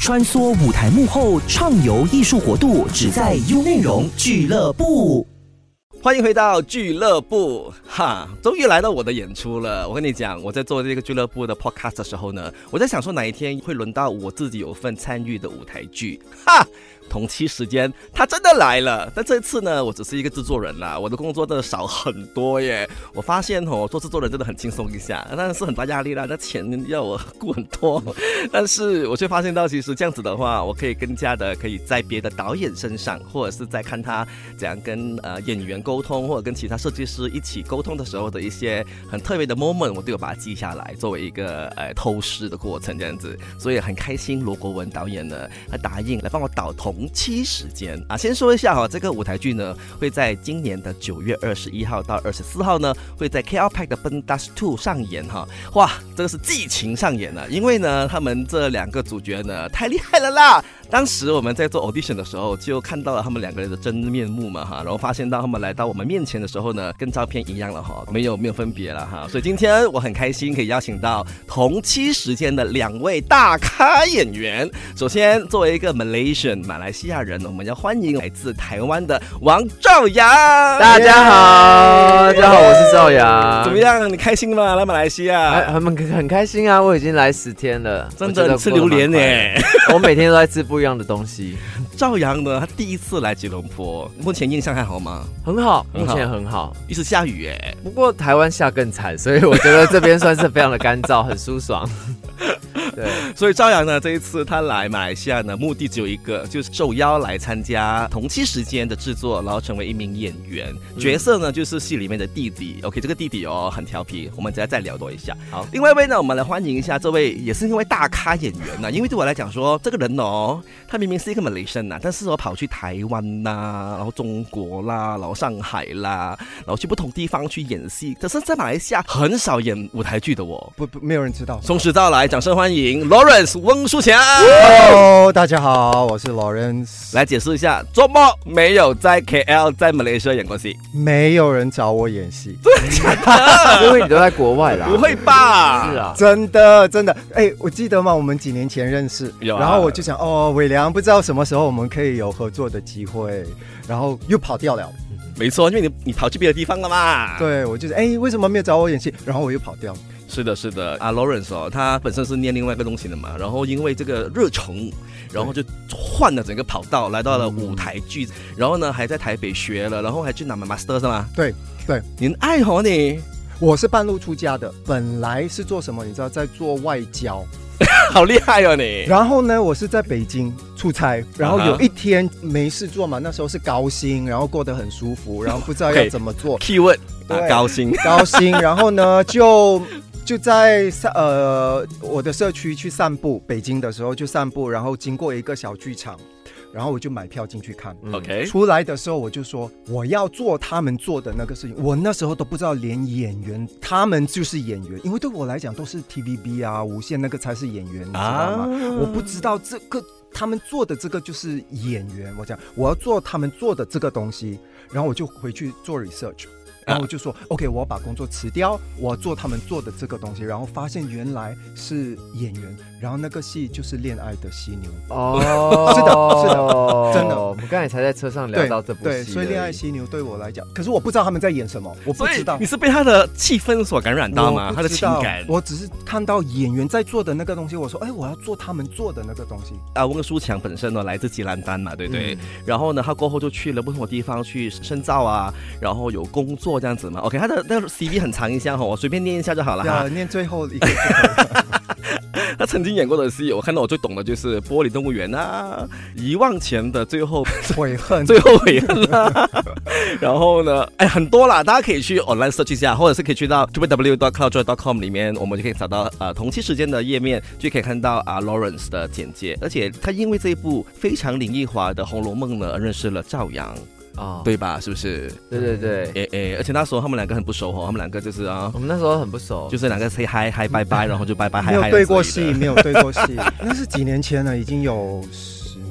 穿梭舞台幕后，畅游艺术国度，只在优内容俱乐部。 欢迎回到俱乐部哈，终于来到我的演出了。我跟你讲，我在做这个俱乐部的 podcast 的时候呢，我在想说哪一天会轮到我自己有份参与的舞台剧哈。同期时间他真的来了，但这次呢我只是一个制作人啦，我的工作真的少很多耶。我发现做制作人真的很轻松一下，当然是很大压力啦，那钱要我顾很多，但是我却发现到其实这样子的话，我可以更加的可以在别的导演身上，或者是在看他怎样跟演员沟通，或者跟其他设计师一起沟通的时候的一些很特别的 moment， 我都有把它记下来，作为一个偷师的过程这样子。所以很开心罗国文导演呢他答应来帮我导同期时间啊。先说一下这个舞台剧呢会在今年的9月21号到24号呢会在 KLPAC 的 Pentas 2上演哈。哇，这个是激情上演了，因为呢他们这两个主角呢太厉害了啦。当时我们在做 audition 的时候就看到了他们两个人的真面目嘛哈，然后发现到他们来到我们面前的时候呢跟照片一样了哈，没有分别了哈。所以今天我很开心可以邀请到同期时间的2位大咖演员。首先作为一个 Malaysian 马来西亚人，我们要欢迎来自台湾的王兆阳。 大家好，大家好，我是兆阳。 怎么样，你开心吗？来马来西亚很开心啊，我已经来10天了。 真的吃榴莲耶， 我每天都在吃不一样的东西。 兆阳呢他第一次来吉隆坡，目前印象还好吗？ 很好，目前很好。 一直下雨耶， 不过台湾下更惨，所以我觉得这边算是非常的干燥，很舒爽。对， 所以兆阳呢这一次他来马来西亚呢目的只有一个，就是受邀来参加同期时间的制作，然后成为一名演员。角色呢就是戏里面的弟弟。 OK， 这个弟弟很调皮，我们再聊多一下。好，另外一位呢我们来欢迎一下这位也是一位大咖演员呢。因为对我来讲说这个人他明明是一个 Malaysian 但是我跑去台湾啦，然后中国啦，然后上海啦，然后去不同地方去演戏，可是在马来西亚很少演舞台剧的没有人知道。 从实到来，掌声欢迎 Lawrence 翁书强。 Hello， 大家好，我是 Lawrence。 来解释一下，周末没有在 KL 在马来西亚演过戏？ 没有人找我演戏， 真的假的？ 因为你都在国外啦。 不会吧？ 是啊， 真的。我记得嘛，我们几年前认识，然后我就想伟良不知道什么时候我们可以有合作的机会，然后又跑掉了。 没错，因为你跑去别的地方了嘛。 对，我就是为什么没有找我演戏？然后我又跑掉。 是的Lawrence 他本身是念另外一个东西的嘛，然后因为这个热诚，然后就换了整个跑道，来到了舞台剧，然后呢还在台北学了，然后还去拿 master 是吗？ 对， 您爱你。 我是半路出家的，本来是做什么你知道，在做外交。 好厉害你。 然后呢我是在北京出差，然后有一天没事做嘛，那时候是高薪，然后过得很舒服，然后不知道要怎么做。 Keyword 高薪然后呢就在我的社区去散步，北京的时候就散步，然后经过一个小剧场，然后我就买票进去看。 OK， 出来的时候我就说我要做他们做的那个事情。我那时候都不知道，连演员他们就是演员，因为对我来讲都是 TVB 啊无线那个才是演员，你知道吗？我不知道这个他们做的这个就是演员。我讲我要做他们做的这个东西，然后我就回去做 research。然后我就说 OK， 我要把工作辞掉，我要做他们做的这个东西，然后发现原来是演员，然后那个戏就是恋爱的犀牛。是的，真的。 我们刚才才在车上聊到这部戏。 对，所以恋爱犀牛对我来讲，可是我不知道他们在演什么，我不知道。 你是被他的气氛所感染到吗？他的情感？ 我只是看到演员在做的那个东西，我说我要做他们做的那个东西。 翁书强本身来自吉兰丹嘛，对不对？然后呢他过后就去了不同的地方去深造啊，然后有工作这样子嘛。OK， 他的那个 CV 很长一下我随便念一下就好了念最后一个他曾经演过的戏，我看到我最懂的就是《玻璃动物园》啊，《遗忘前的最后悔恨》 啊，然后呢，很多啦，大家可以去 online search 一下，或者是可以去到 www.cloudjoy.com 里面，我们就可以找到同期时间的页面，就可以看到Lawrence 的简介。而且他因为这一部非常林奕华的《红楼梦》呢，而认识了兆阳。对吧？是不是？ 对。 而且那时候他们两个很不熟他们两个就是我们那时候很不熟， 就是两个 say hi hi bye bye， 然后就拜拜。 没有对过戏，没有对过戏。那是几年前了，已经有10年了。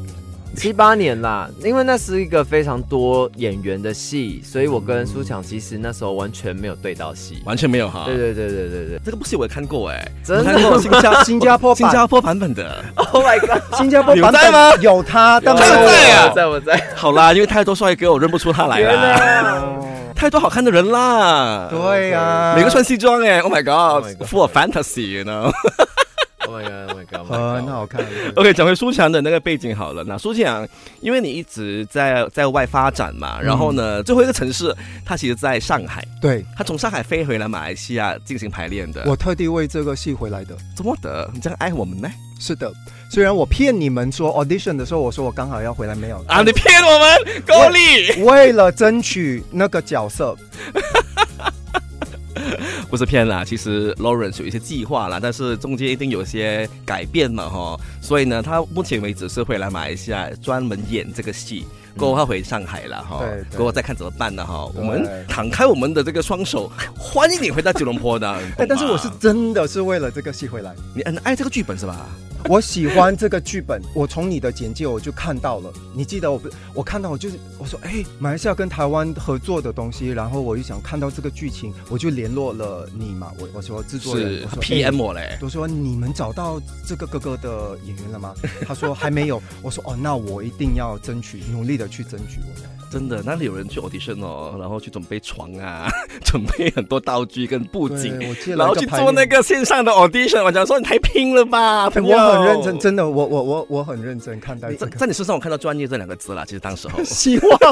7、8年啦，因为那是一个非常多演员的戏，所以我跟苏强其实那时候完全没有对到戏， 完全没有哈。 对， 这个部戏我也看过哎， 真的我看过新加坡版本的。 Oh my god， 新加坡版有在吗？ 有他，但他有在啊， 我在。 好啦，因为太多帅哥，我认不出他来啦。太多好看的人啦。 对呀， 每个穿西装哎 ，Oh my God，full of fantasy，you know。Oh my god， 很好看。 OK， 讲回书强的那个背景好了。那书强，因为你一直在外发展嘛，然后呢，最后一个城市他其实在上海。 对， 他从上海飞回来马来西亚进行排练的。 我特地为这个戏回来的。 怎么的？你这样爱我们呢？ 是的，虽然我骗你们说 audition 的时候，我说我刚好要回来，没有啊，你骗我们，够力！ 为了争取那个角色。 不是骗啦，其实 Lawrence 有一些计划啦，但是中间一定有些改变嘛哈，所以呢，他目前为止是回来马来西亚专门演这个戏，过后他回上海了哈，过后再看怎么办呢哈。我们敞开我们的这个双手，欢迎你回到吉隆坡的。 但是我是真的是为了这个戏回来。 你很爱这个剧本是吧？ 我喜欢这个剧本，我从你的简介我就看到了。你记得我看到我说，马来西亚跟台湾合作的东西，然后我就想看到这个剧情，我就联络了你嘛。我说制作人，我说 PM 我嘞， 我说你们找到这个哥哥的演员了吗？他说还没有。我说那我一定要争取，努力的去争取。 真的，那里有人去 audition 哦，然后去准备床啊，准备很多道具跟布景，然后去做那个线上的 audition。我讲说你太拼了吧，朋友。 我很认真，真的，我很认真看待这个。 在你身上我看到专业这2个字啦，其实当时候希望。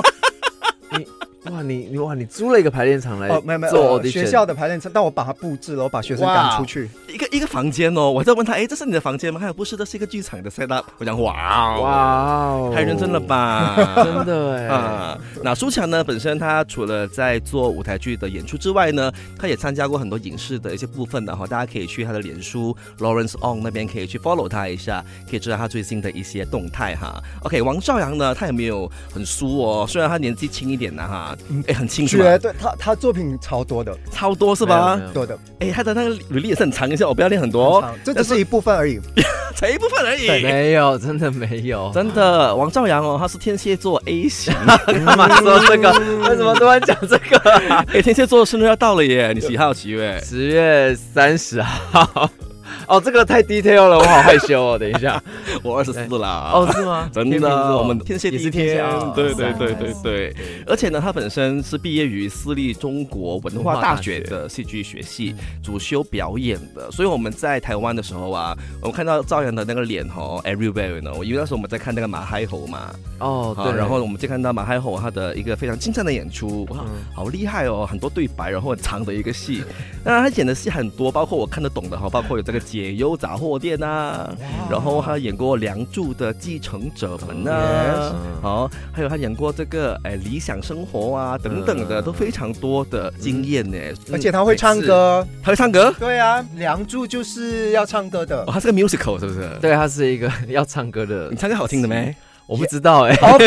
你租了一个排练场来做 audition， 学校的排练场，但我把它布置了，我把学生赶出去， 一个房间哦。我在问他，这是你的房间吗？他说不是，这是一个剧场的 set up。我讲哇，太认真了吧， 真的啊。那书强呢，本身他除了在做舞台剧的演出之外呢，他也参加过很多影视的一些部分的哈。大家可以去他的脸书 Lawrence Ong 那边可以去 follow 他一下，可以知道他最新的一些动态哈。OK， 王兆阳呢，他也没有很输哦，虽然他年纪轻一点的哈。很清楚， 绝对，他作品超多的， 超多是吧？ 多的， 他的那个履历也是很长一下，我不要练很多， 这只是一部分而已， 才一部分而已， 没有，真的没有， 真的。王兆阳哦，他是天蝎座 A 型， 干嘛说这个？为什么突然讲这个？ 天蝎座的生日要到了耶，你几号？7月 ？10月30号。哦，这个太 detail 了，我好害羞哦。等一下， 我24啦。 哦，是吗？ 真的，我们天蝎第一天。对。而且呢，他本身是毕业于私立中国文化大学的戏剧学系，主修表演的。所以我们在台湾的时候啊，我们看到兆阳的那个脸哦 ，everywhere 呢。因为那时候我们在看那个马嗨猴嘛。 哦，对。 然后我们就看到马嗨猴他的一个非常精湛的演出，哇，好厉害哦，很多对白，然后很长的一个戏。当然他演的戏很多，包括我看得懂的哈，包括有这个解忧杂货店啊，然后他演过《梁祝》的继承者们啊，好，还有他演过这个理想生活啊等等的，都非常多的经验呢。 而且他会唱歌， 他会唱歌？ 对啊，《梁祝》就是要唱歌的， 他是个 musical 是不是？ 对，他是一个要唱歌的。 你唱歌好听的没？ 我不知道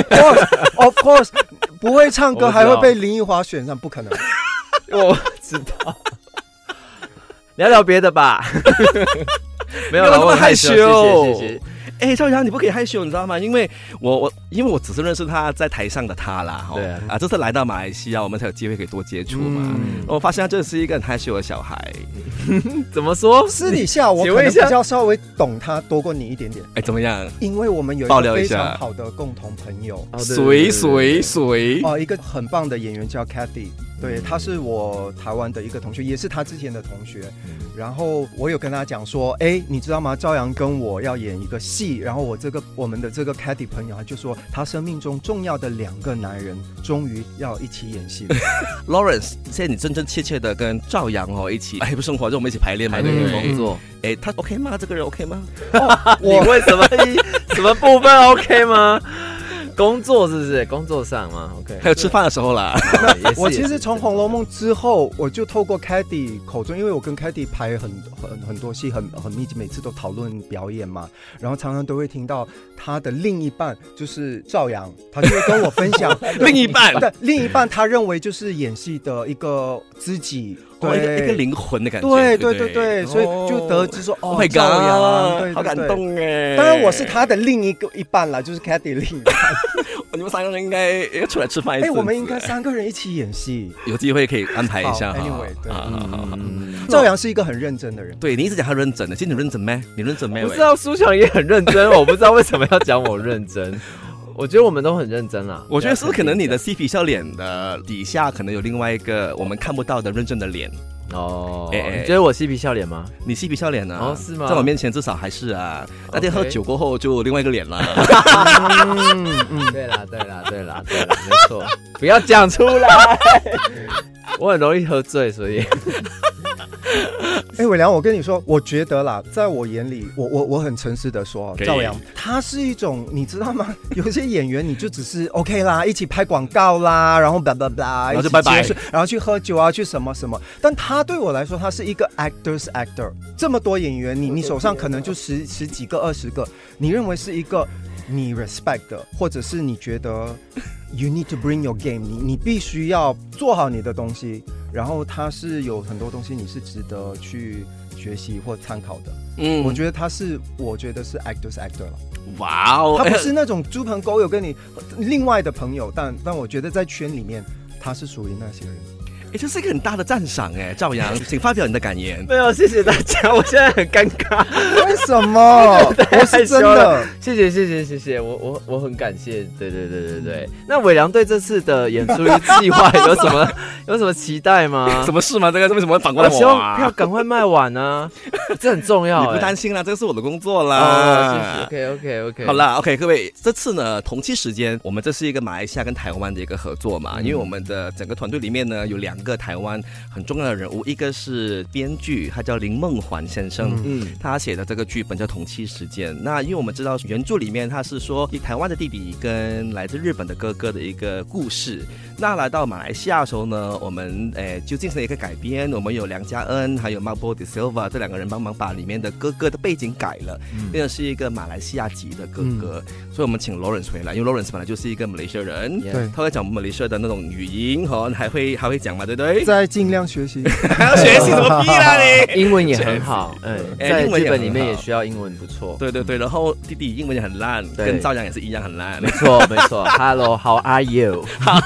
Of course， 不会唱歌还会被林奕华选上，不可能。 我知道。聊聊别的吧。没有那么害羞，谢谢。 兆阳，你不可以害羞，你知道吗？因为我只是认识他在台上的他啦， 对啊，这次来到马来西亚，我们才有机会可以多接触嘛。我发现他真的是一个很害羞的小孩。 怎么说？ 私底下我可能比较稍微懂他多过你一点点。 怎么样？ 因为我们有一个非常好的共同朋友， 谁？ 一个很棒的演员叫 Cathy。对，他是我台湾的一个同学，也是他之前的同学。然后我有跟他讲说，你知道吗？兆阳跟我要演一个戏，然后我们的这个 Cathy 朋友，他就说他生命中重要的2个男人终于要一起演戏了。 Lawrence， 现在你真真切切的跟兆阳一起不生活，就我们一起排练嘛，对不对？ 工作。 他 OK 吗？这个人 OK 吗？ 你为什么部分 OK 吗？工作是不是？工作上吗 ？OK， 还有吃饭的时候啦。 我其实从《红楼梦》之后，我就透过 Cathy 口中，因为我跟 Cathy 拍很多戏，很密集，每次都讨论表演嘛，然后常常都会听到他的另一半就是赵阳，他就会跟我分享另一半， 对，另一半他认为就是演戏的一个知己。 对，一个灵魂的感觉。 对，所以就得知说 ，Oh my God， 赵阳，对， 好感动哎。 当然我是他的另一半啦，就是 Cathy 另一半。 你们3个人应该要出来吃饭一次。 我们应该3个人一起演戏， 有机会可以安排一下。 Anyway， 对，赵阳是一个很认真的人。 对，你一直讲他认真的，其实你认真咩？你认真咩？ 我知道苏强也很认真，我不知道为什么要讲我认真。我觉得我们都很认真啦。 我觉得是可能你的嬉皮笑脸的底下，可能有另外一个我们看不到的认真的脸。 哦，你觉得我嬉皮笑脸吗？ 你嬉皮笑脸啊？ 哦，是吗？ 在我面前至少还是啊。那天喝酒过后就有另外一个脸了。 对啦，没错，不要讲出来。我很容易喝醉，所以。 伟良，我跟你说，我觉得啦，在我眼里，我很诚实的说，赵阳他是一种，你知道吗？有些演员你就只是 OK 啦，一起拍广告啦，然后blah blah blah， 然后就拜拜， 然后去喝酒啊，去什么什么。但他对我来说，他是一个 actor。这么多演员，你手上可能就十几个、20个，你认为是一个你 respect 的，或者是你觉得 you need to bring your game， 你必须要做好你的东西。然后他是有很多东西你是值得去学习或参考的。我觉得我觉得是 actor 了。 哇哦， 他不是那种猪朋狗友跟你另外的朋友，但我觉得在圈里面他是属于那些人。 这是一个很大的赞赏哎，赵阳，请发表你的感言。 没有，谢谢大家，我现在很尴尬。 为什么？我是真的， 谢谢，我很感谢。对。那伟良对这次的演出计划有什么期待吗？ 什么事吗？这个为什么会反过来我啊？ 希望票赶快卖完啊，这很重要。 你不担心啦，这个是我的工作啦。 谢谢。OK。 好啦 ，OK， 各位，这次呢，同期时间，我们这是一个马来西亚跟台湾的一个合作嘛，因为我们的整个团队里面呢有2个台湾很重要的人物，一个是编剧，他叫林梦环先生，他写的这个剧本叫《同期时间》。那因为我们知道原著里面他是说台湾的弟弟跟来自日本的哥哥的一个故事。那来到马来西亚的时候呢，我们就进行了一个改编，我们有梁家恩还有 Marbo de Silva 这2个人帮忙把里面的哥哥的背景改了，变成是一个马来西亚籍的哥哥。所以我们请 Lawrence 回来，因为 Lawrence 本来就是一个马来西亚人，他会讲马来西亚的那种语音，还会讲嘛，对不对？ 在尽量学习， 还要学习什么屁啦你？ 英文也很好，在日本里面也需要英文，不错。 对，然后弟弟英文也很烂，跟赵阳也是一样很烂。 没错。Hello, how are you?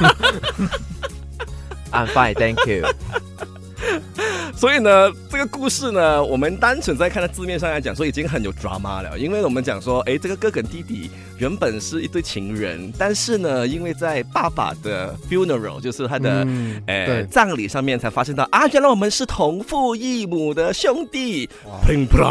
I'm fine, thank you. 所以呢，这个故事呢，我们单纯在看的字面上来讲说，已经很有 drama 了。因为我们讲说，这个哥跟弟弟原本是一对情人，但是呢，因为在爸爸的 funeral， 就是他的葬礼上面，才发现到原来我们是同父异母的兄弟。砰砰！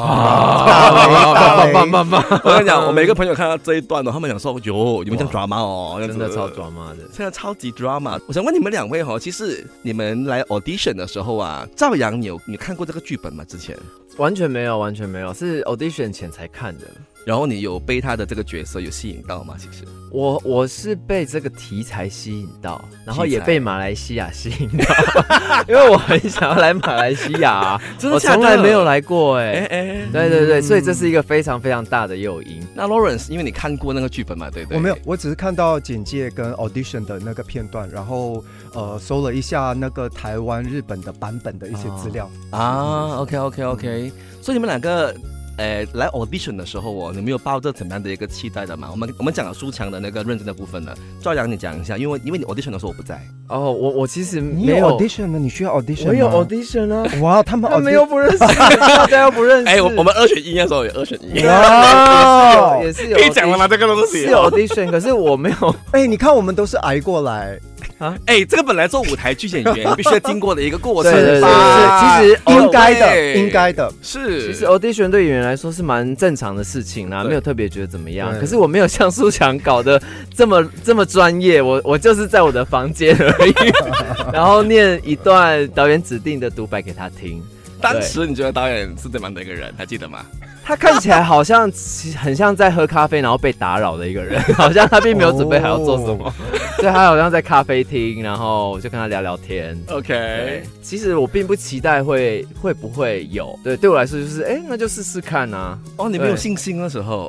我跟你讲，我每个朋友看到这一段，他们讲说，你们讲 drama 哦， 真的超 drama 的， 现在超级 drama。我想问你们2位其实你们来 audition 的时候啊，赵阳，你看过这个剧本吗？之前完全没有，是 audition 前才看的。 然后你有被他的这个角色有吸引到吗？其实我是被这个题材吸引到，然后也被马来西亚吸引到，因为我很想要来马来西亚，我从来没有来过对，所以这是一个非常非常大的诱因。 那 Lawrence， 因为你看过那个剧本嘛，对不对？ 我没有，我只是看到简介跟 audition 的那个片段，然后搜了一下那个台湾、日本的版本的一些资料 OK， 所以你们2个。来 audition 的时候你没有抱着怎么样的一个期待的嘛？我们讲了苏强的那个认真的部分了，赵阳你讲一下，因为你 audition 的时候我不在。 我其实没有 audition 呢，你需要 audition 吗？ 我有 audition 啊！ 哇，他们又不认识，大家又不认识。 我们2选1那时候有2选1， 哇，也是有可以讲了吗？这个东西是 audition， 可是我没有。 你看我们都是挨过来。 这个本来做舞台剧演员必须要经过的一个过程， 对，其实应该的是。 其实 audition 对演员来说是蛮正常的事情啦，没有特别觉得怎么样。可是我没有像苏强搞得这么专业，我就是在我的房间而已，然后念一段导演指定的独白给他听。 当时你觉得导演是怎么样的一个人？还记得吗？ 他看起来好像很像在喝咖啡然后被打扰的一个人，好像他并没有准备还要做什么，所以他好像在咖啡厅，然后我就跟他聊聊天。 OK， 其实我并不期待会不会有，对我来说就是那就试试看啊。 你没有信心那时候。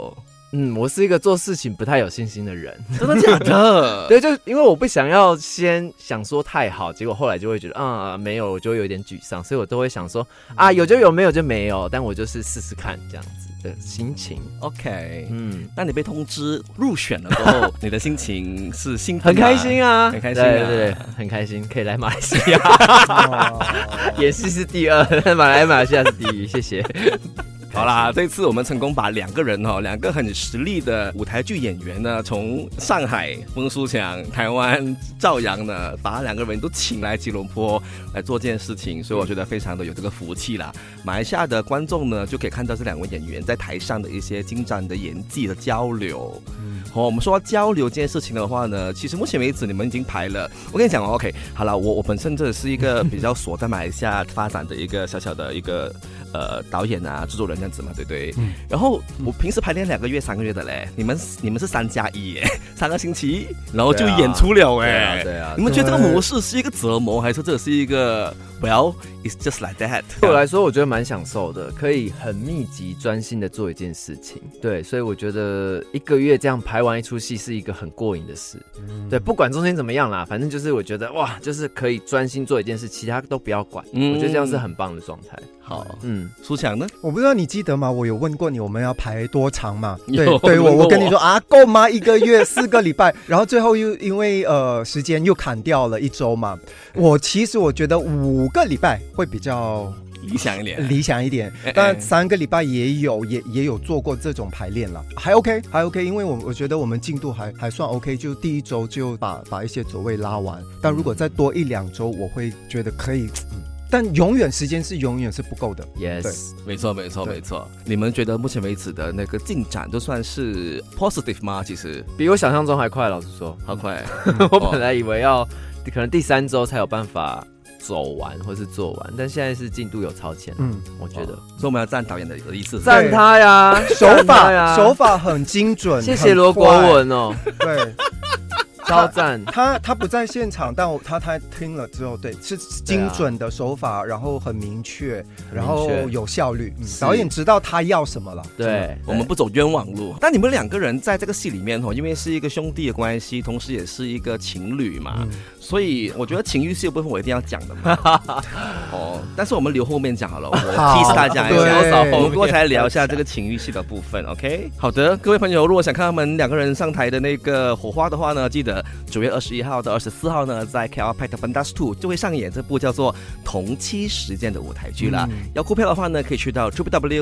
我是一个做事情不太有信心的人。 真的假的？ 对，就因为我不想要先想说太好，结果后来就会觉得没有，我就会有点沮丧，所以我都会想说有就有，没有就没有，但我就是试试看这样子的心情。 OK，那你被通知入选了之后，你的心情是兴奋很开心啊， 很开心啊， 对，很开心，可以来马来西亚。演戏是第2，马来西亚是第1，谢谢。 好啦，这次我们成功把2个很实力的舞台剧演员呢，从上海翁书强、台湾赵阳呢，把2个人都请来吉隆坡来做这件事情，所以我觉得非常的有这个福气啦。马来西亚的观众呢，就可以看到这2位演员在台上的一些精湛的演技的交流。我们说到交流这件事情的话呢，其实目前为止你们已经排了。我跟你讲OK， 好了，我本身这是一个比较锁在马来西亚发展的一个小小的一个导演啊、制作人这样子嘛，对不对？然后我平时排练2个月、3个月的嘞，你们是3+1耶，3个星期，然后就演出了哎。 对啊。 你们觉得这个模式是一个折磨，还是这是一个 Well, it's just like that？ 对我来说，我觉得蛮享受的，可以很密集、专心的做一件事情。对，所以我觉得1个月这样排完一出戏是一个很过瘾的事。对，不管中间怎么样啦，反正就是我觉得哇，就是可以专心做一件事，其他都不要管。我觉得这样是很棒的状态。 好，书强呢？ 我不知道你记得吗？我有问过你，我们要排多长嘛？对，我跟你说够吗？1个月4个礼拜，然后最后又因为时间又砍掉了1周嘛。其实我觉得5个礼拜会比较理想一点， 但3个礼拜也有做过这种排练了，还 OK， 因为我觉得我们进度还算 OK， 就第1周就把一些走位拉完，但如果再多1-2周，我会觉得可以。但时间是永远是不够的。 Yes， 没错。你们觉得目前为止的那个进展都算是 positive 吗？其实比我想象中还快，老实说， 好快。 我本来以为可能第3周才有办法走完或是做完，但现在是进度有超前。我觉得， 所以我们要赞导演的意思， 赞他呀， 手法很精准。 谢谢罗国文哦。 对。 超赞！ 他不在现场，但他听了之后，对，是精准的手法，然后很明确，然后有效率。导演知道他要什么了。 对， 我们不走冤枉路。但你们2个人在这个戏里面因为是一个兄弟的关系，同时也是一个情侣嘛，所以我觉得情欲戏的部分我一定要讲的嘛。但是我们留后面讲好了，我tease大家一下，我们过来聊一下这个情欲戏的部分。OK， 好的，各位朋友，如果想看他们2个人上台的那个火花的话呢，记得9月21号到24号呢，在 KL Pact Pentas 2就会上演这部叫做《同期时间》的舞台剧啦。要购票的话呢，可以去到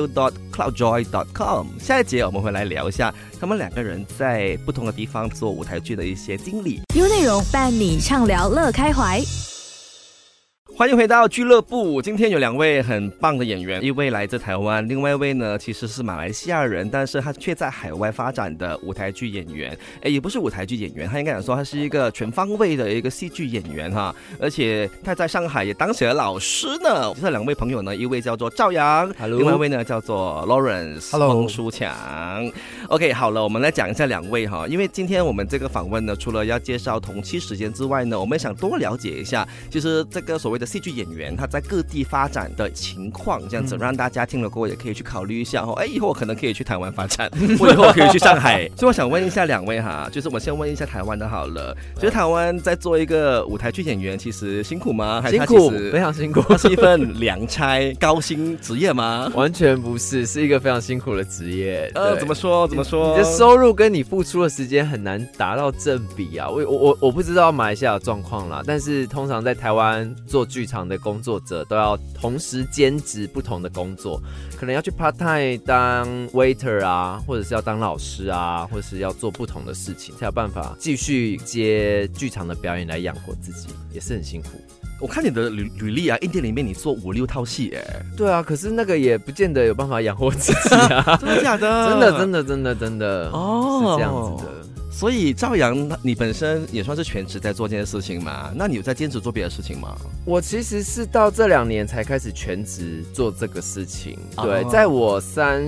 www.cloudjoy.com。下一节我们会来聊一下他们2个人在不同的地方做舞台剧的一些经历。 优内容伴你畅聊乐开怀。 欢迎回到俱乐部。今天有2位很棒的演员，一位来自台湾，另外一位呢其实是马来西亚人，但是他却在海外发展的舞台剧演员。也不是舞台剧演员，他应该讲说他是一个全方位的一个戏剧演员哈，而且他在上海也当起了老师呢。这2位朋友呢，一位叫做赵阳，另外一位呢叫做 Lawrence 翁书强。OK， 好了，我们来讲一下2位哈，因为今天我们这个访问呢，除了要介绍同期时间之外呢，我们也想多了解一下，其实这个所谓的戏剧演员他在各地发展的情况，这样子让大家听了过后也可以去考虑一下以后我可能可以去台湾发展，我以后可以去上海。所以我想问一下2位哈，就是我先问一下台湾的好了，就是台湾在做一个舞台剧演员，其实辛苦吗？ 辛苦，非常辛苦。 它是一份良差高薪职业吗？ 完全不是，是一个非常辛苦的职业。 怎么说？你的收入跟你付出的时间很难达到正比啊。我不知道马来西亚的状况啦，但是通常在台湾做剧场的工作者都要同时兼职不同的工作，可能要去 part time 当 waiter 啊，或者是要当老师啊，或者是要做不同的事情，才有办法继续接剧场的表演来养活自己，也是很辛苦。 我看你的履历啊，一天里面你做5-6套戏对啊，可是那个也不见得有办法养活自己啊。 真的假的？ 真的是这样子的。 所以赵阳你本身也算是全职在做这件事情嘛？那你有在坚持做别的事情吗？ 我其实是到这2年才开始全职做这个事情。对，在我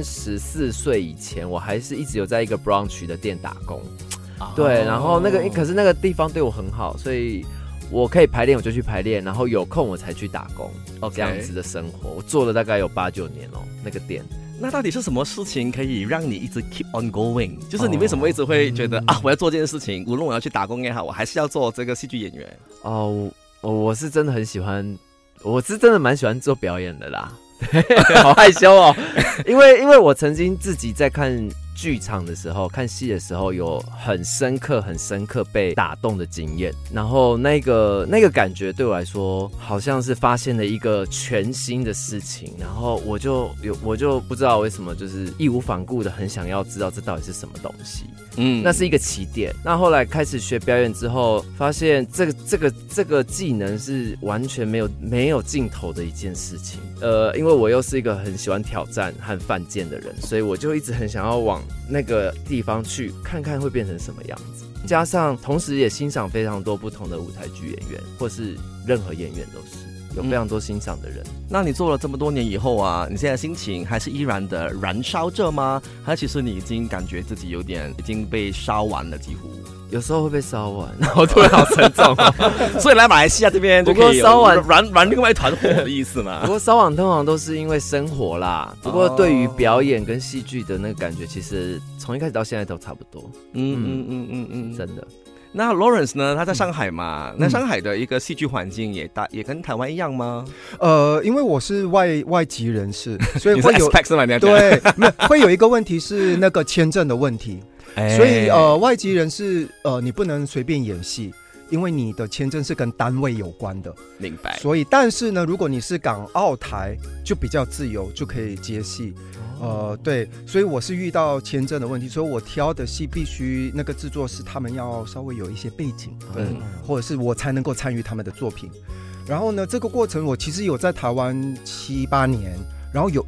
34岁以前，我还是一直有在一个 brunch 的店打工。对，然后可是那个地方对我很好，所以我可以排练我就去排练，然后有空我才去打工，这样子的生活我做了大概有8-9年那个店。 那到底是什么事情可以让你一直 keep on going？ 就是你为什么一直会觉得我要做这件事情，无论我要去打工也好，我还是要做这个戏剧演员？ 我是真的很喜欢，我是真的蛮喜欢做表演的啦。好害羞哦，因为我曾经自己在看剧场的时候，看戏的时候，有很深刻被打动的经验。然后那个感觉对我来说，好像是发现了一个全新的事情。然后我就不知道为什么，就是义无反顾的很想要知道这到底是什么东西。那是一个起点。那后来开始学表演之后，发现这个技能是完全没有尽头的一件事情。因为我又是一个很喜欢挑战和犯贱的人，所以我就一直很想要往那个地方去看看会变成什么样子。加上同时也欣赏非常多不同的舞台剧演员，或是任何演员都是。有非常多欣赏的人。 那你做了这么多年以后啊，你现在心情还是依然的燃烧着吗？还是其实你已经感觉自己有点已经被烧完了，几乎有时候会被烧完，然后突然好沉重所以来马来西亚这边就可以烧完燃另外一团火的意思嘛。 不过烧完通常都是因为生活啦，不过对于表演跟戏剧的那个感觉，其实从一开始到现在都差不多。真的。 那 Lawrence 呢？他在上海嘛？那上海的一个戏剧环境也跟台湾一样吗？ 因为我是外籍人士，所以会有对， 会有一个问题是那个签证的问题。所以外籍人士你不能随便演戏，因为你的签证是跟单位有关的。 明白。 所以但是呢，如果你是港澳台，就比较自由，就可以接戏。对，所以我是遇到签证的问题，所以我挑的戏必须那个制作师他们要稍微有一些背景，对，或者是我才能够参与他们的作品。然后呢，这个过程我其实有在台湾7、8年，然后有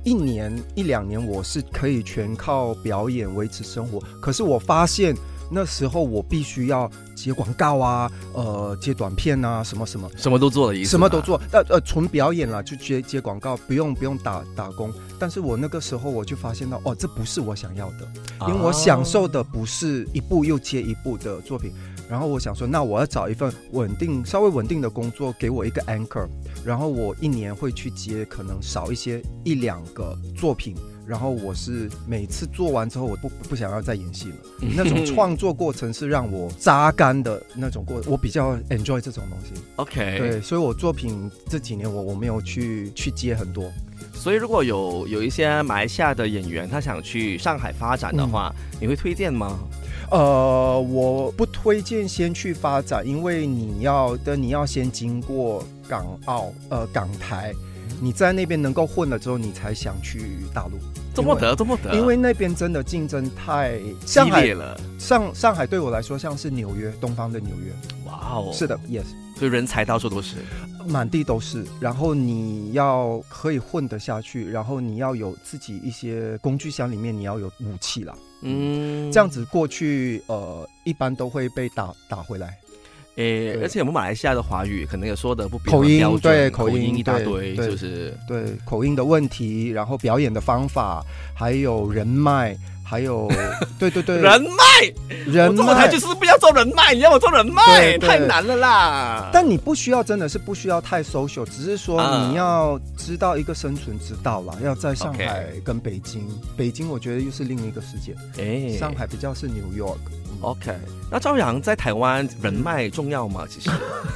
1、2年我是可以全靠表演维持生活。可是我发现那时候我必须要接广告啊，接短片啊，什么都做的意思， 什么都做。纯表演啦，就接广告，不用打工。但是我那个时候我就发现到，这不是我想要的，因为我享受的不是一部又接一部的作品。然后我想说，那我要找一份稍微稳定的工作，给我一个 anchor。然后我1年会去接可能少一些1、2个作品。然后我是每次做完之后，我不想要再演戏了。那种创作过程是让我榨干的那种过程，我比较 enjoy 这种东西。 OK， 对，所以我作品这几年我没有去接很多。 所以如果有一些马来西亚的演员他想去上海发展的话，你会推荐吗？ 我不推荐先去发展，因为你要先经过港台。你在那边能够混了之后，你才想去大陆。 这么得， 因为那边真的竞争太激烈了。 上海对我来说像是纽约，东方的纽约。 哇哦， 是的 ，yes。 所以人才到处都是， 满地都是。然后你要可以混得下去，然后你要有自己一些工具箱里面你要有武器啦。这样子过去一般都会被打回来。 而且我们马来西亚的华语可能也说的不比口音标准， 对口音一大堆，是不是？ 对，口音的问题，然后表演的方法，还有人脉，还有对人脉，我这么台就是不要做人脉，你要我做人脉，太难了啦。 但你真的是不需要太 social， 只是说你要知道一个生存之道啦。要在上海跟北京我觉得又是另一个世界。上海比较是 New York。OK， 那朝阳在台湾人脉重要吗？其实，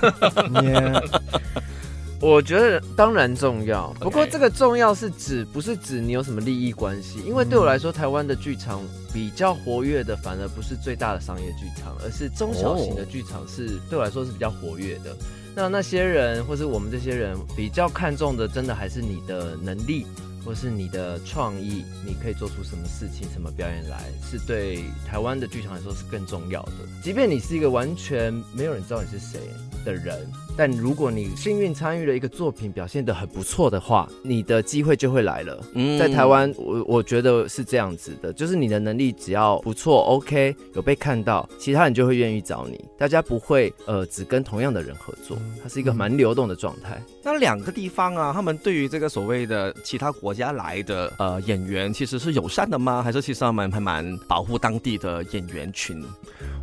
我觉得当然重要。不过这个重要不是指你有什么利益关系，因为对我来说，台湾的剧场比较活跃的，反而不是最大的商业剧场，而是中小型的剧场对我来说是比较活跃的。那些人或是我们这些人比较看重的，真的还是你的能力。或是你的创意，你可以做出什么事情、什么表演来，是对台湾的剧场来说是更重要的。即便你是一个完全没有人知道你是谁的人，但如果你幸运参与了一个作品，表现得很不错的话，你的机会就会来了。在台湾，我觉得是这样子的，就是你的能力只要不错 ，OK， 有被看到，其他人就会愿意找你。大家不会只跟同样的人合作，它是一个蛮流动的状态。 那2个地方啊，他们对于这个所谓的其他国家来的演员，其实是友善的吗？还是其实他们还蛮保护当地的演员群？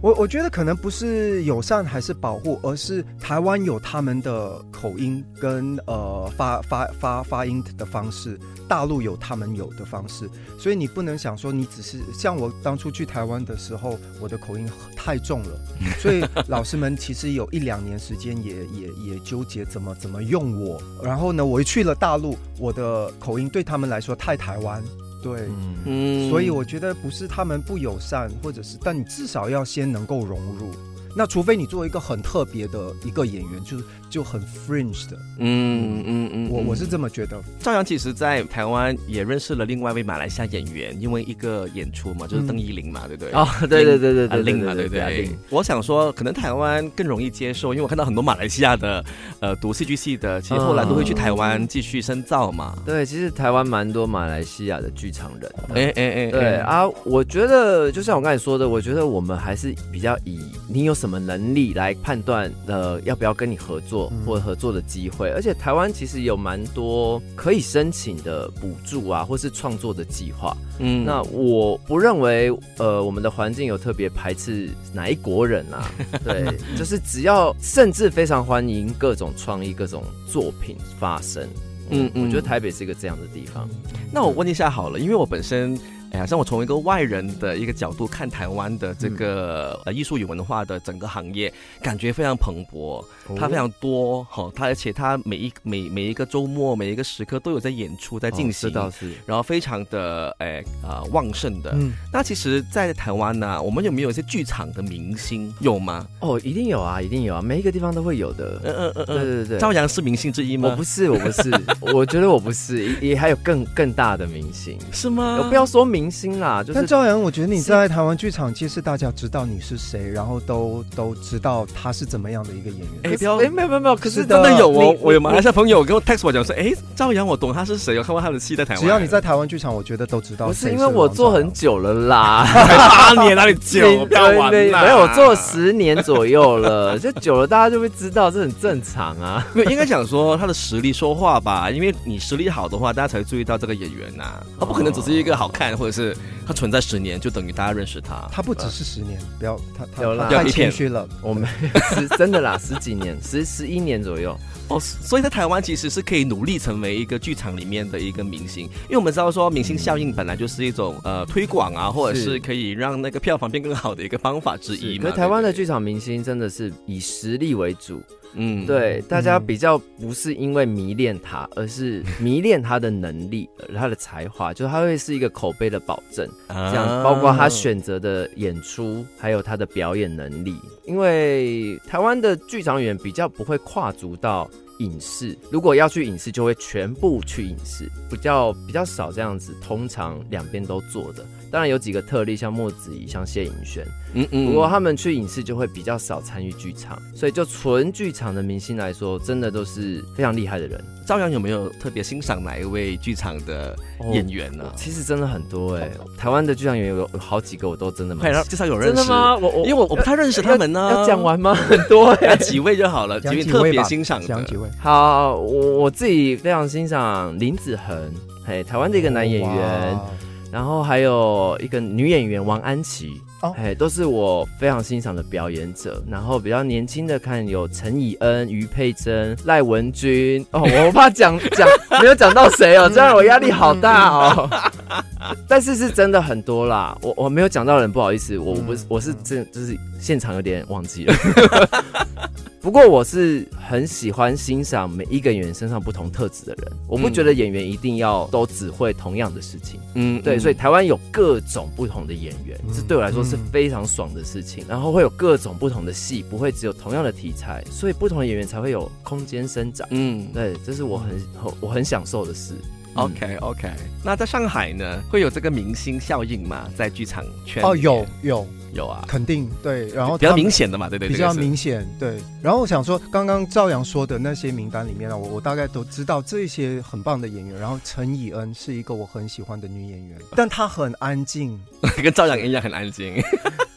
我觉得可能不是友善还是保护，而是台湾有他们的口音跟发音的方式，大陆有他们有的方式，所以你不能想说你只是像我当初去台湾的时候，我的口音太重了，所以老师们其实有1-2年时间也纠结怎么用我。然后呢，我一去了大陆，我的口音对他们来说太台湾。对，所以我觉得不是他们不友善，或者是，但你至少要先能够融入。那除非你做一个很特别的一个演员，就很 fringe 的，我是这么觉得。 赵阳其实在台湾也认识了另外一位马来西亚演员，因为一个演出嘛，就是邓依林嘛，对不对？ 哦，对， 林嘛，对不对？我想说，可能台湾更容易接受，因为我看到很多马来西亚的读戏剧系的，其实后来都会去台湾继续深造嘛。 对，其实台湾蛮多马来西亚的剧场人。对啊，我觉得就像我刚才说的，我觉得我们还是比较以你有什么能力来判断要不要跟你合作或合作的机会，而且台湾其实有蛮多可以申请的补助啊，或是创作的计划。那我不认为我们的环境有特别排斥哪一国人啊，对，就是只要甚至非常欢迎各种创意、各种作品发生。我觉得台北是一个这样的地方。 那我问一下好了，因为我本身像我从一个外人的一个角度看台湾的这个艺术与文化的整个行业，感觉非常蓬勃，它非常多，而且它每一个周末每一个时刻都有在演出在进行，然后非常的旺盛的。那其实在台湾呢，我们有没有一些剧场的明星？有吗？ 一定有啊，每一个地方都会有的。对。 赵阳是明星之一吗？ 我不是，我觉得我不是，也还有更大的明星， 是吗？ 我不要说明星啦，就是。 但赵阳，我觉得你在台湾剧场界是大家知道你是谁，然后都知道他是怎么样的一个演员。 没有，可是真的有哦。我有马来西亚朋友跟我 text 我讲说，赵阳我懂他是谁，我看过他的戏在台湾。 只要你在台湾剧场，我觉得都知道。 不是因为我做很久了啦， 才8年哪里久？不要玩啦。 没有，我做了10年左右了，就久了大家就会知道，这很正常啊。 没有，应该讲说他的实力说话吧，因为你实力好的话，大家才会注意到这个演员呐。他不可能只是一个好看，或者是他存在10年就等于大家认识他。 他不只是10年，不要他太谦虚了。 我们真的啦，10几年，11年左右。 所以在台湾其实是可以努力成为一个剧场里面的一个明星，因为我们知道说明星效应本来就是一种推广啊，或者是可以让那个票房变更好的一个方法之一嘛。 可台湾的剧场明星真的是以实力为主。对，大家比较不是因为迷恋他，而是迷恋他的能力、他的才华，就是他会是一个口碑的保证。这样，包括他选择的演出，还有他的表演能力。因为台湾的剧场演员比较不会跨足到影视，如果要去影视，就会全部去影视，比较少这样子，通常两边都做的。当然有几个特例，像莫子仪、像谢盈萱，不过他们去影视就会比较少参与剧场，所以就纯剧场的明星来说，真的都是非常厉害的人。 赵阳有没有特别欣赏哪一位剧场的演员呢？ 其实真的很多台湾的剧场演员有好几个我都真的蛮至少有认识。 真的吗？ 因为我不太认识他们呢。 要讲完吗？很多几位就好了，几位特别欣赏的。 讲几位。 好，我自己非常欣赏林子恒，台湾的一个男演员。然后还有一个女演员王安琪，都是我非常欣赏的表演者。然后比较年轻的看有陈以恩、于佩珍、赖文君。我怕讲没有讲到谁这样我压力好大但是是真的很多啦，我没有讲到人，不好意思，我是真就是现场有点忘记了。不过我是很喜欢欣赏每一个演员身上不同特质的人，我不觉得演员一定要都只会同样的事情。对，所以台湾有各种不同的演员，这对我来说是非常爽的事情。然后会有各种不同的戏，不会只有同样的题材，所以不同的演员才会有空间生长。对，这是我很享受的事。 OK， 那在上海呢，会有这个明星效应吗？在剧场圈有啊， 肯定对，然后比较明显的嘛，对， 比较明显对。然后我想说，刚刚赵阳说的那些名单里面呢，我大概都知道这些很棒的演员。然后陈以恩是一个我很喜欢的女演员，但她很安静， 跟赵阳一样很安静。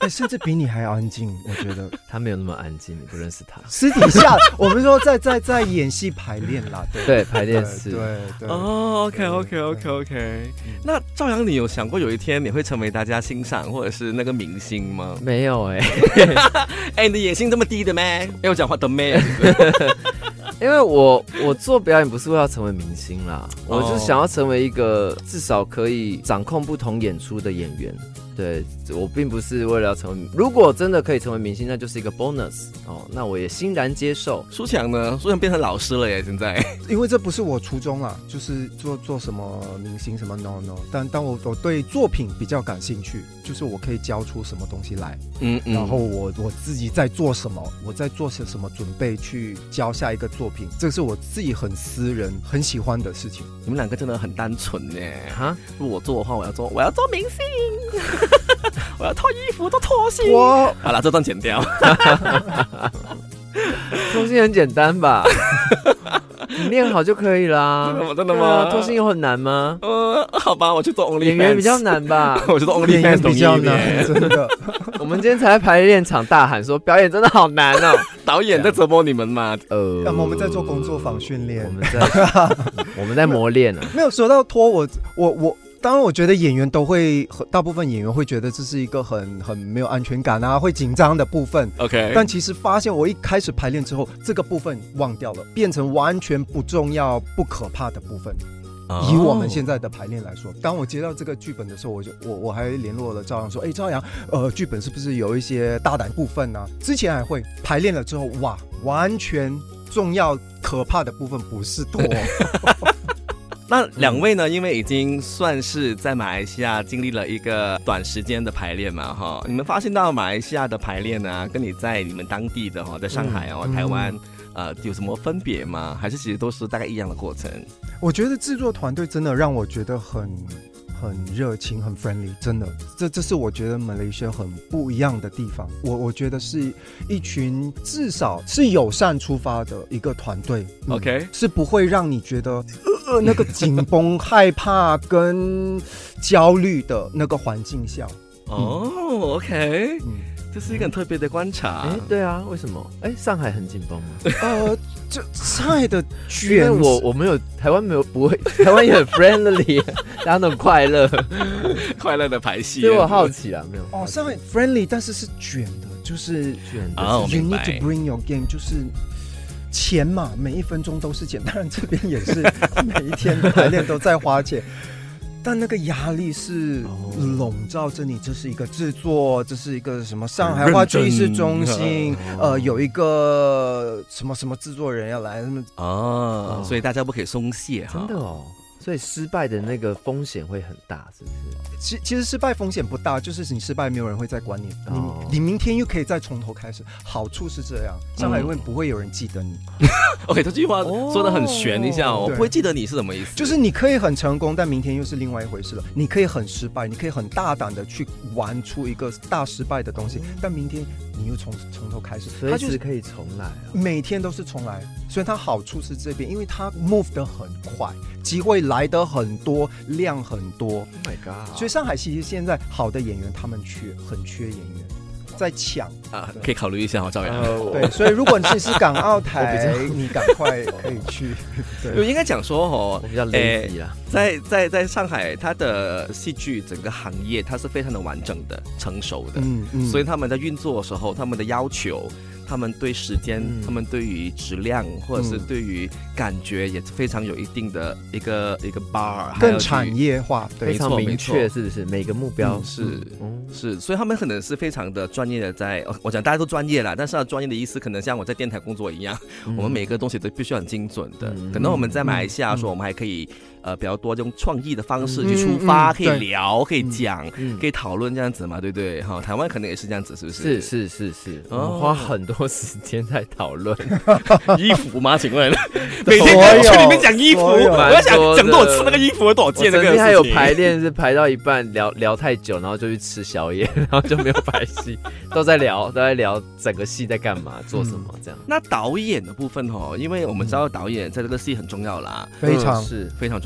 甚至比你还安静，我觉得他没有那么安静，你不认识他。 私底下我们说在演戏排练啦， 对，排练室， 对。 哦 ，OK。那赵阳，你有想过有一天你会成为大家欣赏或者是那个明星吗？ 没有你的野心这么低的咩？我讲话的咩？ 因为我做表演不是为了成为明星啦，我就想要成为一个至少可以掌控不同演出的演员。对，我并不是为了要成为，如果真的可以成为明星，那就是一个 bonus 哦，那我也欣然接受。 书强呢？书强变成老师了耶，现在。 因为这不是我初衷啦，就是做什么明星什么 no， 但我对作品比较感兴趣，就是我可以教出什么东西来，然后我自己在做什么，我在做什么准备去教下一个作品，这是我自己很私人很喜欢的事情。 你们两个真的很单纯呢。如果我做的话，我要做明星。我要脱衣服都脱星。好了，这段剪掉。 脱星很简单吧？你练好就可以啦。 真的吗？ 脱星有很难吗？ 好吧，我去做 OnlyFans。 演员比较难吧？ 我去做 OnlyFans 比较难，真的。 我们今天才在排练场大喊说表演真的好难哦。 导演在折磨你们吗？ 我们在做工作坊训练， 我们在磨练啊。 没有说到脱我。当然，我觉得演员都会，大部分演员会觉得这是一个很没有安全感啊，会紧张的部分。 OK， 但其实发现我一开始排练之后，这个部分忘掉了，变成完全不重要、不可怕的部分。以我们现在的排练来说，当我接到这个剧本的时候，我还联络了赵阳说，赵阳，剧本是不是有一些大胆部分呢？之前还会排练了之后，哇，完全重要可怕的部分不是多。 那两位呢？因为已经算是在马来西亚经历了一个短时间的排练嘛，哈，你们发现到马来西亚的排练呢，跟你在你们当地的在上海台湾，有什么分别吗？还是其实都是大概一样的过程？ 我觉得制作团队真的让我觉得很热情，很 friendly， 真的，这是我觉得马来西亚很不一样的地方。我觉得是一群至少是友善出发的一个团队 ，OK， 是不会让你觉得那个紧绷、害怕跟焦虑的那个环境下。 OK，这是一个很特别的观察。 对啊，为什么？上海很紧绷吗？ 就上海的卷， 因为我没有，台湾没有，不会，台湾也很 friendly， 大家都很快乐， 快乐的排戏。 所以我好奇啊，没有上海 friendly， 但是卷的，就是卷的。 You need to bring your game， 就是钱嘛，每一分钟都是钱。当然这边也是每一天的排练都在花钱。但那个压力是笼罩着你，这是一个制作，这是一个什么上海话剧艺术中心，有一个什么什么制作人要来， 所以大家不可以松懈哈。 真的哦。所以失败的那个风险会很大，是不是？ 其实失败风险不大，就是你失败没有人会再管你，你明天又可以再从头开始。好处是这样，上海因为不会有人记得你。 OK， 这句话说得很玄一下不会记得你是什么意思？就是你可以很成功，但明天又是另外一回事了。你可以很失败，你可以很大胆的去玩出一个大失败的东西，但明天你又从头开始， 随时可以重来每天都是重来。所以它好处是这边，因为它 move 得很快，机会来得很多，量很多。 Oh my god！ 所以上海其实现在好的演员，他们很缺演员，在抢可以考虑一下赵阳。 对，所以如果你是港澳台，你赶快可以去。对， 应该讲说我比较 lazy 啦。 在上海，它的戏剧整个行业它是非常的完整的、成熟的，所以他们在运作的时候，他们的要求。他们对时间，他们对于质量，或者是对于感觉也非常有一定的一个 bar， 更产业化， 非常明确，是不是？每个目标是，所以他们可能是非常的专业的在，我讲大家都专业啦，但是专业的意思可能像我在电台工作一样，我们每个东西都必须很精准的。可能我们在马来西亚说，我们还可以比较多用创意的方式去出发，可以聊，可以讲，可以讨论这样子嘛，对不对？哈，台湾可能也是这样子，是不是？ 是，我们花很多时间在讨论衣服吗？请问每天去里面讲衣服，我要讲多少次那个衣服有多少件？那个曾经还有排练是排到一半聊太久，然后就去吃宵夜，然后就没有排戏，都在聊整个戏在干嘛，做什么这样。 那导演的部分因为我们知道导演在这个戏很重要啦， 非常重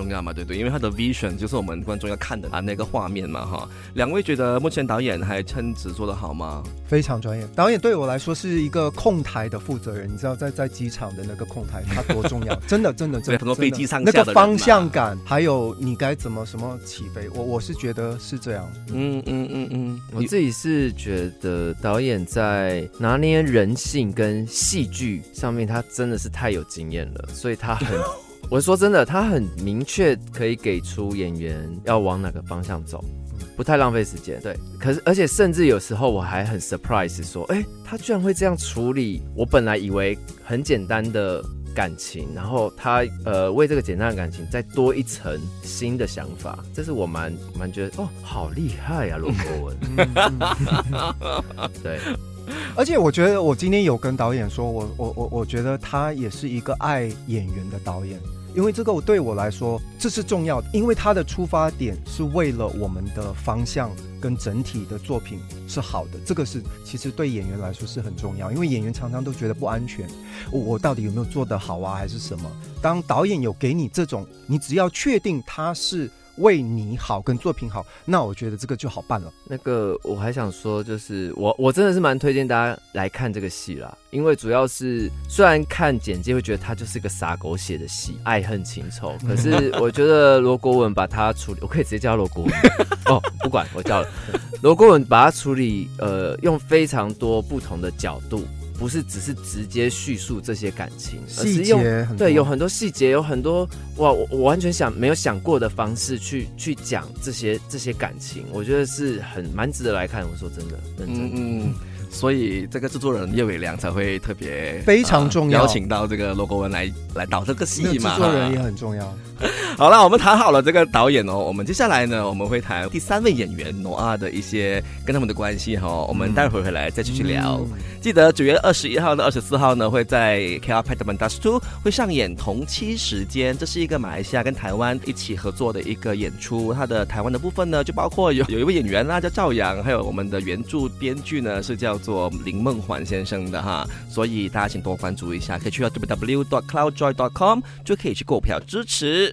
重要嘛，对不对？因为他的 vision 就是我们观众要看的那个画面嘛，哈。两位觉得目前导演还称职做得好吗？ 非常专业。导演对我来说是一个控台的负责人，你知道在机场的那个控台他多重要，真的对，很多飞机上下的人那个方向感，还有你该怎么什么起飞，我是觉得是这样。 我自己是觉得导演在拿捏人性跟戏剧上面，他真的是太有经验了，所以他很我说真的，他很明确可以给出演员要往哪个方向走，不太浪费时间。对，可是而且甚至有时候我还很 surprise 说，他居然会这样处理我本来以为很简单的感情，然后他为这个简单的感情再多一层新的想法，这是我蛮觉得好厉害啊，罗国文。对。 而且我觉得我今天有跟导演说，我觉得他也是一个爱演员的导演，因为这个对我来说这是重要的，因为他的出发点是为了我们的方向跟整体的作品是好的，这个是其实对演员来说是很重要，因为演员常常都觉得不安全，我到底有没有做得好啊，还是什么？当导演有给你这种，你只要确定他是为你好跟作品好，那我觉得这个就好办了。 那个我还想说，就是我真的是蛮推荐大家来看这个戏啦，因为主要是虽然看简介会觉得它就是个洒狗血的戏，爱恨情仇，可是我觉得罗国文把它处理，我可以直接叫罗国文不管我叫了罗国文把它处理，用非常多不同的角度。不是只是直接叙述这些感情，而是用对有很多细节，有很多我完全没有想过的方式去讲这些感情，我觉得是蛮值得来看。我说真的，认真。 所以这个制作人叶伟良才会特别非常重要， 邀请到这个罗国文来导这个戏嘛。 制作人也很重要。 好了，我们谈好了这个导演我们接下来呢，我们会谈第3位演员Noah的一些跟他们的关系我们待会回来再继续聊。记得9月21号到24号呢，会在 KL Petaman Dust 2会上演同期时间，这是一个马来西亚跟台湾一起合作的一个演出。它的台湾的部分呢，就包括有一位演员叫赵阳，还有我们的原著编剧呢是叫做林梦环先生的哈，所以大家请多关注一下，可以去到 www.cloudjoy.com 就可以去购票支持。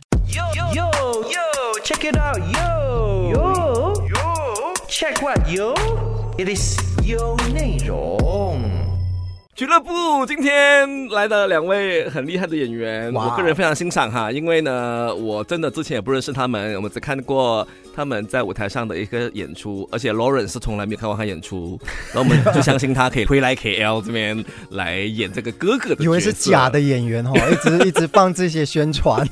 Check it out, check what, it is 有内容。 俱乐部今天来的2位很厉害的演员，我个人非常欣赏哈，因为呢，我真的之前也不认识他们，我们只看过他们在舞台上的一个演出，而且 Lauren 是从来没有看过他演出，然后我们就相信他可以回来 KL 这边来演这个哥哥的角色， 以为是假的演员一直放这些宣传。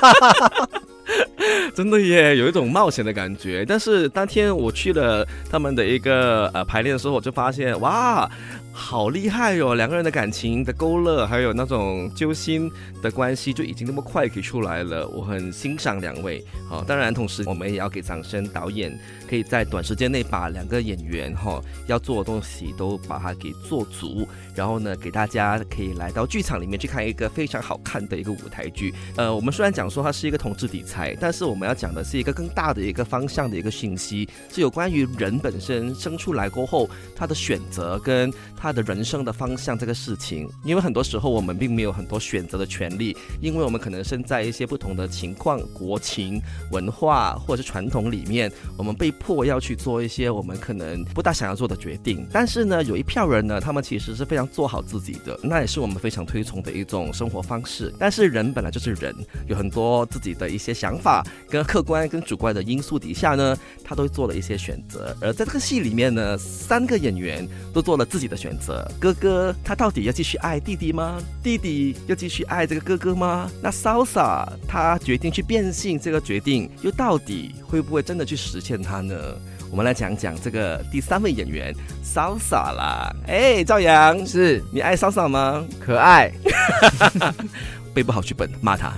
真的耶，有一种冒险的感觉。但是当天我去了他们的一个排练的时候，我就发现哇，好厉害哦！两个人的感情的勾勒，还有那种揪心的关系，就已经那么快可以出来了。我很欣赏2位。好，当然同时我们也要给掌声，导演可以在短时间内把2个演员要做的东西都把它给做足，然后呢，给大家可以来到剧场里面去看一个非常好看的一个舞台剧。我们虽然讲说它是一个同志题材，但是我们要讲的是一个更大的一个方向的一个讯息，是有关于人本身生出来过后他的选择跟他的人生的方向这个事情。因为很多时候我们并没有很多选择的权利，因为我们可能身在一些不同的情况、国情、文化或者是传统里面，我们被迫要去做一些我们可能不大想要做的决定。但是呢，有一票人呢，他们其实是非常做好自己的，那也是我们非常推崇的一种生活方式。但是人本来就是人，有很多自己的一些想法跟客观跟主观的因素底下呢，他都做了一些选择。而在这个戏里面呢，3个演员都做了自己的选择。哥哥他到底要继续爱弟弟吗？弟弟要继续爱这个哥哥吗？那 Salsa 他决定去变性，这个决定又到底会不会真的去实现它呢？我们来讲讲这个第3位演员 Salsa 啦。赵阳， 是你爱 Salsa 吗？ 可爱。 背不好剧本骂他。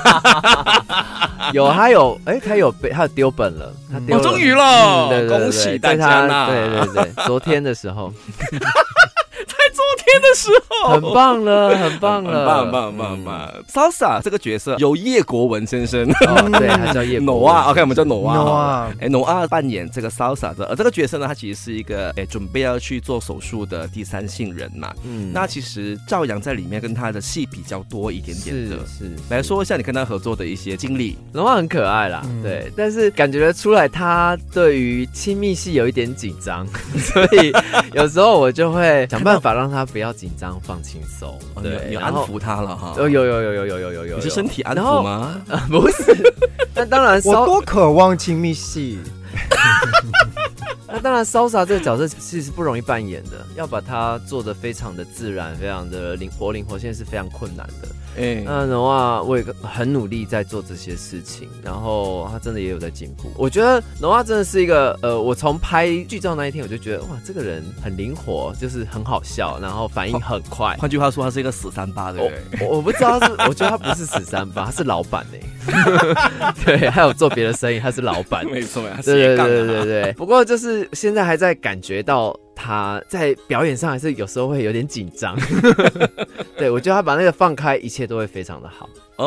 他有丢本了，他丢了， 终于了， 对， 恭喜大家啦！ 对，昨天的时候。 在昨天的时候， 很棒了，很棒了， 很棒。Salsa 这个角色由叶国文先生， 对，他叫叶国文 Noah，OK， 我们叫 Noah。 Noah Noah 扮演这个 Salsa 的，这个角色呢，他其实是一个准备要去做手术的第三性人嘛。那其实赵阳在里面跟他的戏比较多一点点的。 是来说一下你跟他合作的一些经历。 Noah 很可爱啦，对，但是感觉得出来他对于亲密戏有一点紧张，所以有时候我就会想办法让他不要紧张，放轻松。对， 你安抚他了哈？ 有， 你是身体安抚吗？ 不是，那当然， 我多渴望亲密戏。 那当然，Salsa 这个角色其实不容易扮演的，要把它做得非常的自然，非常的活现在是非常困难的。那的话，我也很努力在做这些事情，然后他真的也有在进步。我觉得Noah真的是一个我从拍剧照那一天我就觉得哇，这个人很灵活，就是很好笑，然后反应很快。 换句话说，他是一个死3-8，对不对？ 我不知道我觉得他不是死3-8，他是老板对，还有做别的生意，他是老板。 没错呀， 对。不过就是现在还在感觉到他在表演上还是有时候会有点紧张。对，我觉得他把那个放开，一切都会非常的好。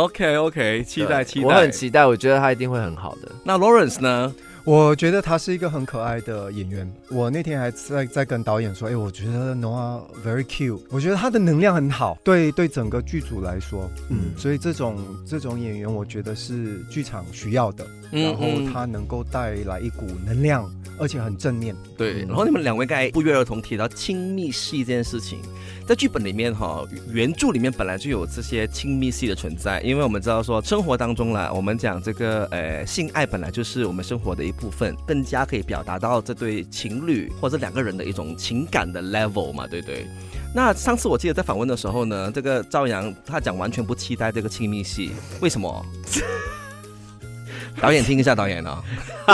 OK， 期待。 我很期待，我觉得他一定会很好的。 那 Lawrence 呢？ 我觉得他是一个很可爱的演员。我那天还在跟导演说，我觉得 Noah very cute， 我觉得他的能量很好，对整个剧组来说，所以这种演员，我觉得是剧场需要的。然后他能够带来一股能量，而且很正面。 对，然后你们两位刚才不约而同提到亲密戏这件事情，在剧本里面原著里面本来就有这些亲密戏的存在，因为我们知道说生活当中啦，我们讲这个性爱本来就是我们生活的一部分，更加可以表达到这对情侣或者两个人的一种情感的 level 嘛，对不对？那上次我记得在访问的时候呢，这个赵阳他讲完全不期待这个亲密戏，为什么？导演听一下，导演哦。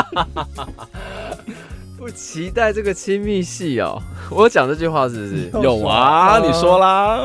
不期待这个亲密戏哦，我讲这句话是不是？ 有啊，你说啦。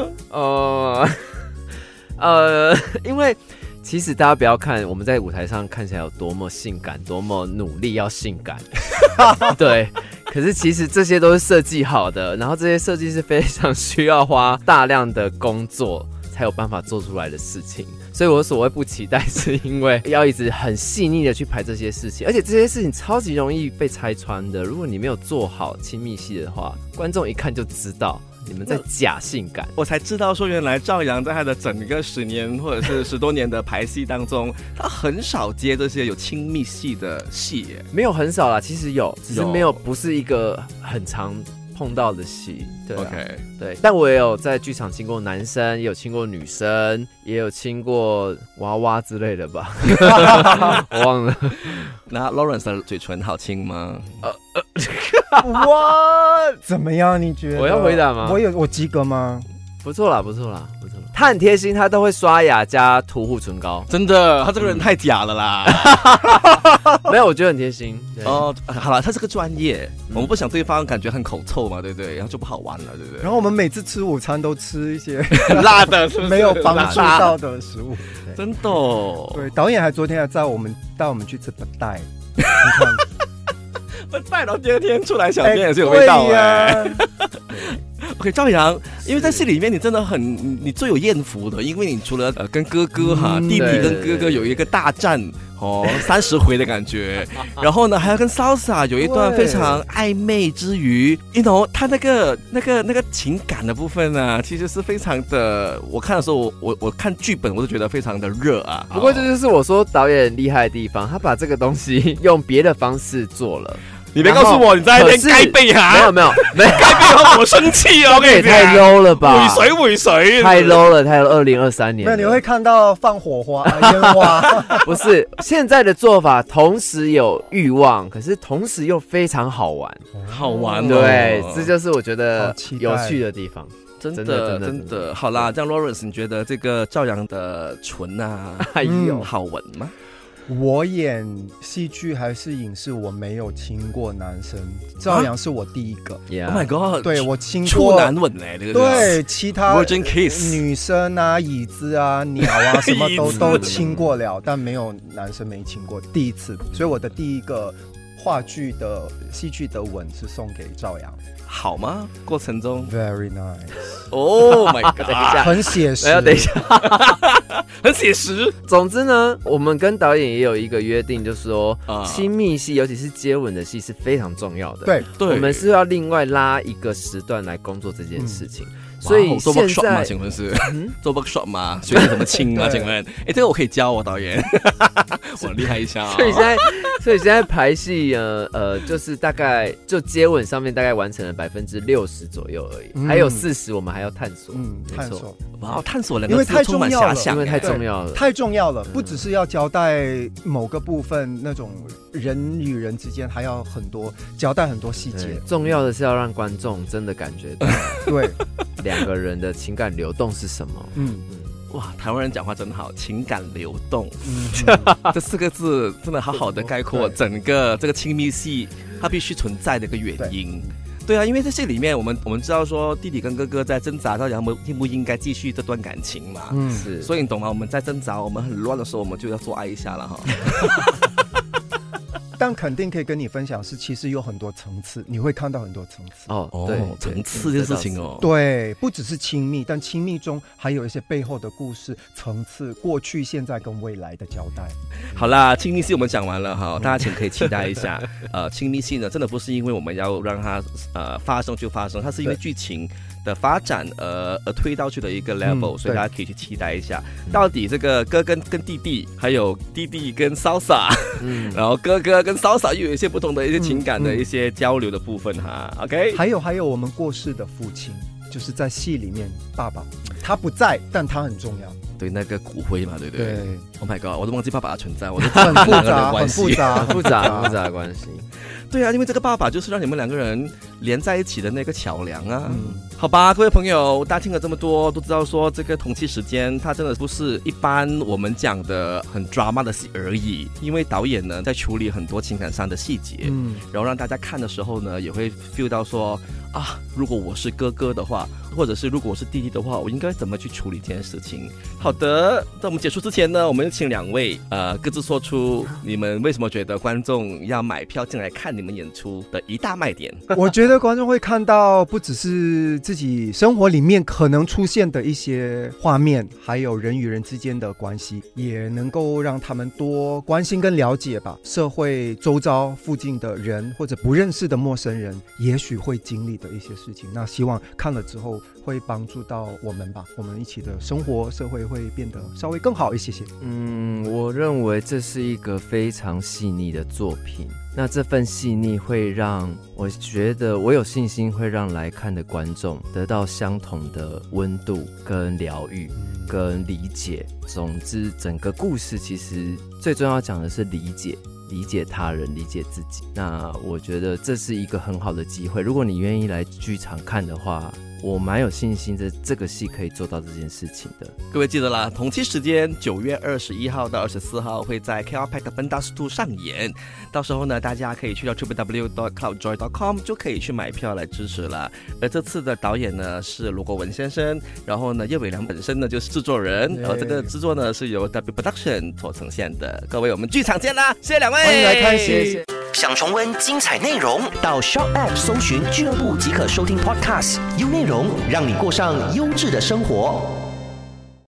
因为其实大家不要看我们在舞台上看起来有多么性感，多么努力要性感，对。可是其实这些都是设计好的，然后这些设计是非常需要花大量的工作才有办法做出来的事情。所以我所谓不期待，是因为要一直很细腻的去排这些事情，而且这些事情超级容易被拆穿的。如果你没有做好亲密戏的话，观众一看就知道你们在假性感。 我才知道说，原来赵阳在他的整个10年或者是10多年的排戏当中，他很少接这些有亲密戏的戏耶。 没有很少啦，其实有，只是没有，不是一个很常碰到的戏。对 ，OK， 对，但我也有在剧场亲过男生，也有亲过女生，也有亲过娃娃之类的吧。我忘了。 那 Lawrence 的嘴唇好亲吗？ 哇，怎么样？你觉得？ 我要回答吗？ 我及格吗？ 不错啦。他很贴心，他都会刷牙加涂护唇膏。 真的，他这个人太假了啦。 没有，我觉得很贴心。 好了，他是个专业，我们不想对方感觉很口臭嘛，对不对？然后就不好玩了，对不对？ 然后我们每次吃午餐都吃一些辣的，是不是没有帮助到的食物。 真的哦。 对，导演昨天还带我们去吃不带，你看。 不带到第二天出来，小便也是有味道哎。OK， 赵阳，因为在戏里面你真的你最有艳福的，因为你除了跟哥哥弟弟跟哥哥有一个大战30回的感觉，然后呢还要跟 Salsa 有一段非常暧昧之余他那个情感的部分呢，其实是非常的，我看的时候我看剧本我都觉得非常的热啊。 不过这就是我说导演厉害的地方，他把这个东西用别的方式做了。 你别告诉我你在那边该背哈？ 没有， 该背我生气哦！ 这也太 low 了吧！ 尾水， 太 low 了，2023年。 那你会看到放火花、烟花， 不是现在的做法，同时有欲望，可是同时又非常好玩，对，这就是我觉得有趣的地方。 真的，好啦，这样 Lawrence， 你觉得这个赵阳的唇啊，好闻吗？ 我演戏剧还是影视，我没有亲过男生，赵阳是我第一个。 Oh my god！ 对，我亲过处男吻嘞， 对，其他 Virgin Kiss 女生啊、椅子啊、鸟啊，什么都亲过了，但没有男生没亲过，第一次。所以我的第一个话剧的戏剧的吻是送给赵阳。 好吗？过程中 Very nice。 Oh my god！ 等一下， 很写实。 等一下， 很写实。 总之呢，我们跟导演也有一个约定，就是说亲密戏，尤其是接吻的戏是非常重要的。 对， 我们是要另外拉一个时段来工作这件事情。所以做现 workshop 吗？ 在请问是做 workshop 吗？学习怎么亲吗？请问，这个我可以教我导演，我厉害一下。 所以现在排戏就是大概就接吻上面大概完成了60%左右而已，还有40%我们还要探索。 探索。 哇，探索两个字充满遐想， 因为太重要了， 太重要了，不只是要交代某个部分那种人与人之间，还要交代很多细节。 重要的是要让观众真的感觉到， 对， 两个人的情感流动是什么。 哇，台湾人讲话真好，情感流动，这4个字真的好好的概括整个这个亲密戏它必须存在的一个原因。对啊，因为在这里面，我们知道说弟弟跟哥哥在挣扎到底他们应不应该继续这段感情嘛， 是， 所以你懂吗？我们在挣扎，我们很乱的时候，我们就要做爱一下了哈。 但肯定可以跟你分享是，其实有很多层次，你会看到很多层次。 对，层次这件事情哦， 对，不只是亲密，但亲密中还有一些背后的故事层次，过去、现在跟未来的交代。 好啦，亲密戏我们讲完了哈，大家请可以期待一下。亲密戏呢，真的不是因为我们要让它发生就发生，它是因为剧情的发展而推到去的一个 level，所以大家可以去期待一下，到底这个哥跟弟弟，还有弟弟跟salsa，然后哥哥跟salsa又有一些不同的一些情感的一些交流的部分哈。OK， 还有我们过世的父亲，就是在戏里面爸爸，他不在，但他很重要。 对，那个骨灰嘛，对不对？ 对。 Oh my god， 我都忘记爸爸的存在，我都很复杂， 很复杂的关系。 对啊，因为这个爸爸就是让你们两个人连在一起的那个桥梁啊。好吧，各位朋友，大家听了这么多，都知道说这个同期时间，它真的不是一般我们讲的很 drama 的戏而已。因为导演呢在处理很多情感上的细节，然后让大家看的时候呢，也会 feel 到说啊，如果我是哥哥的话，或者是如果我是弟弟的话，我应该怎么去处理这件事情。好的，在我们结束之前呢，我们请2位各自说出你们为什么觉得观众要买票进来看你们演出的一大卖点。 我觉得观众会看到不只是自己生活里面可能出现的一些画面，还有人与人之间的关系，也能够让他们多关心跟了解吧社会周遭附近的人或者不认识的陌生人也许会经历的一些事情。那希望看了之后会帮助到我们吧，我们一起的生活社会会变得稍微更好一些些。 我认为这是一个非常细腻的作品，那这份细腻会让我觉得我有信心会让来看的观众得到相同的温度跟疗愈跟理解。总之整个故事其实最重要讲的是理解他人，理解自己。那我觉得这是一个很好的机会，如果你愿意来剧场看的话，我蛮有信心这个戏可以做到这件事情的。 各位记得啦，同期时间9月21号到24号会在 KLPAC 的奔大2上演，到时候呢大家可以去到 www.cloudjoy.com 就可以去买票来支持了。而这次的导演呢是罗国文先生，然后呢叶伟良本身呢就是制作人，然后这个制作呢是由 W Production 所呈现的。各位，我们剧场见啦，谢谢2位， 欢迎来看戏。 想重温精彩内容，到 Shock App 搜寻俱乐部即可收听 Podcast， 优内容让你过上优质的生活。